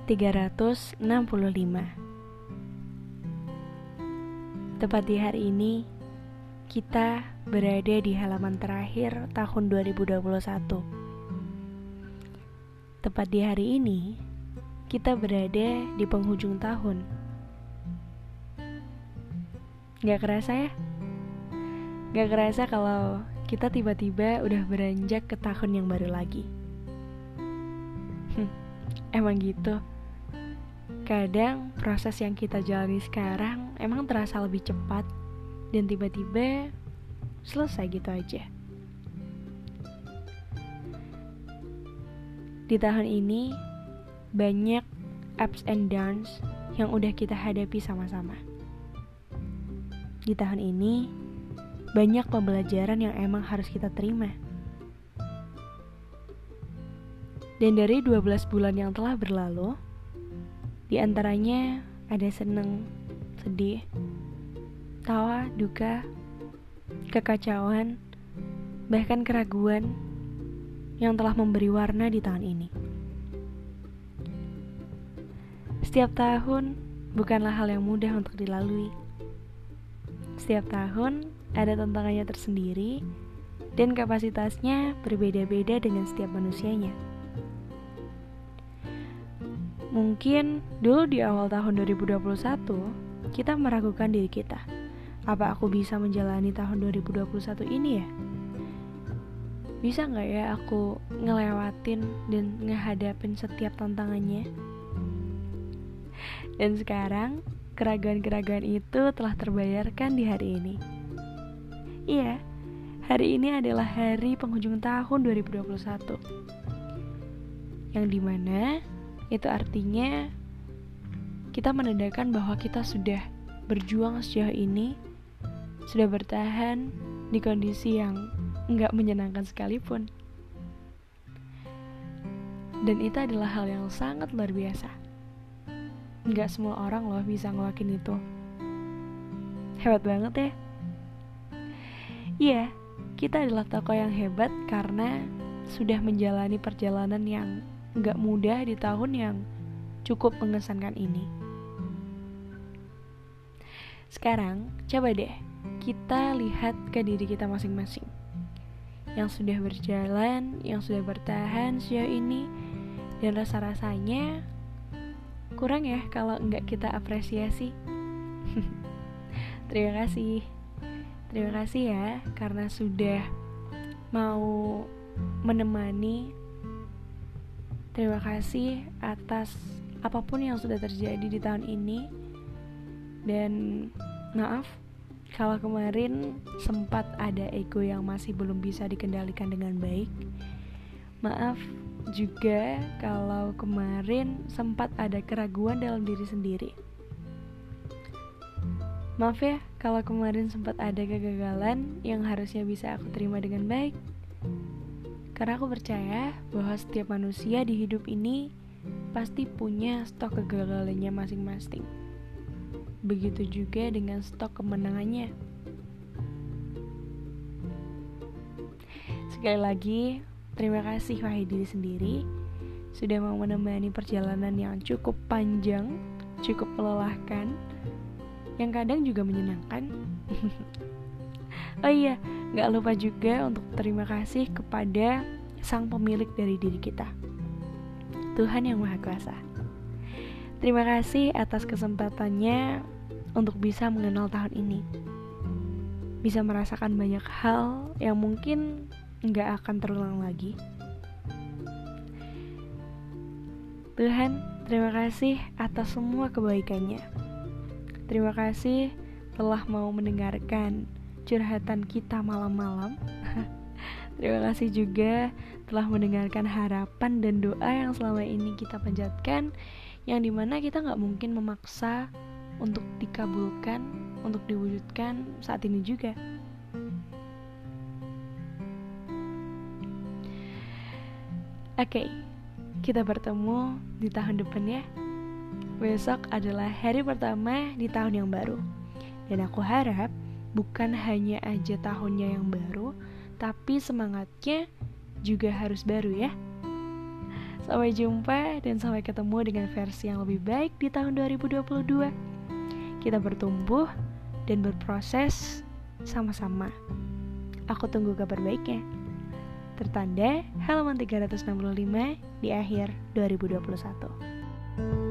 365. Tepat di hari ini, kita berada di halaman terakhir tahun 2021. Tepat di hari ini, kita berada di penghujung tahun. Gak kerasa ya? Gak kerasa kalau kita tiba-tiba udah beranjak ke tahun yang baru lagi. Emang gitu. Kadang proses yang kita jalani sekarang emang terasa lebih cepat dan tiba-tiba selesai gitu aja. Di tahun ini banyak ups and downs yang udah kita hadapi sama-sama. Di tahun ini banyak pembelajaran yang emang harus kita terima. Dan dari 12 bulan yang telah berlalu, di antaranya ada seneng, sedih, tawa, duka, kekacauan, bahkan keraguan yang telah memberi warna di tahun ini. Setiap tahun bukanlah hal yang mudah untuk dilalui. Setiap tahun ada tantangannya tersendiri dan kapasitasnya berbeda-beda dengan setiap manusianya. Mungkin dulu di awal tahun 2021, kita meragukan diri kita. Apa aku bisa menjalani tahun 2021 ini ya? Bisa gak ya aku ngelewatin dan ngehadapin setiap tantangannya? Dan sekarang, keraguan-keraguan itu telah terbayarkan di hari ini. Iya, hari ini adalah hari penghujung tahun 2021. Yang dimana itu artinya kita menandakan bahwa kita sudah berjuang sejauh ini, sudah bertahan di kondisi yang enggak menyenangkan sekalipun. Dan itu adalah hal yang sangat luar biasa. Enggak semua orang loh bisa ngelakuin itu. Hebat banget ya. Iya, kita adalah tokoh yang hebat karena sudah menjalani perjalanan yang gak mudah di tahun yang cukup mengesankan ini. Sekarang, coba deh kita lihat ke diri kita masing-masing yang sudah berjalan, yang sudah bertahan sejauh ini. Dan rasa-rasanya kurang ya kalau gak kita apresiasi. Terima kasih. Terima kasih ya karena sudah mau menemani. Terima kasih atas apapun yang sudah terjadi di tahun ini. Dan maaf kalau kemarin sempat ada ego yang masih belum bisa dikendalikan dengan baik. Maaf juga kalau kemarin sempat ada keraguan dalam diri sendiri. Maaf ya kalau kemarin sempat ada kegagalan yang harusnya bisa aku terima dengan baik. Karena aku percaya bahwa setiap manusia di hidup ini pasti punya stok kegagalannya masing-masing. Begitu juga dengan stok kemenangannya. Sekali lagi, terima kasih wahai diri sendiri sudah mau menemani perjalanan yang cukup panjang, cukup melelahkan, yang kadang juga menyenangkan. Oh iya, gak lupa juga untuk terima kasih kepada Sang Pemilik dari diri kita, Tuhan Yang Maha Kuasa. Terima kasih atas kesempatannya untuk bisa mengenal tahun ini, bisa merasakan banyak hal yang mungkin gak akan terulang lagi. Tuhan, terima kasih atas semua kebaikannya. Terima kasih telah mau mendengarkan curhatan kita malam-malam. Terima kasih juga telah mendengarkan harapan dan doa yang selama ini kita panjatkan, yang dimana kita gak mungkin memaksa untuk dikabulkan, untuk diwujudkan saat ini juga. Oke, kita bertemu di tahun depan ya. Besok adalah hari pertama di tahun yang baru. Dan aku harap bukan hanya aja tahunnya yang baru, tapi semangatnya juga harus baru ya. Sampai jumpa dan sampai ketemu dengan versi yang lebih baik di tahun 2022. Kita bertumbuh dan berproses sama-sama. Aku tunggu kabar baiknya. Tertanda halaman 365 di akhir 2021.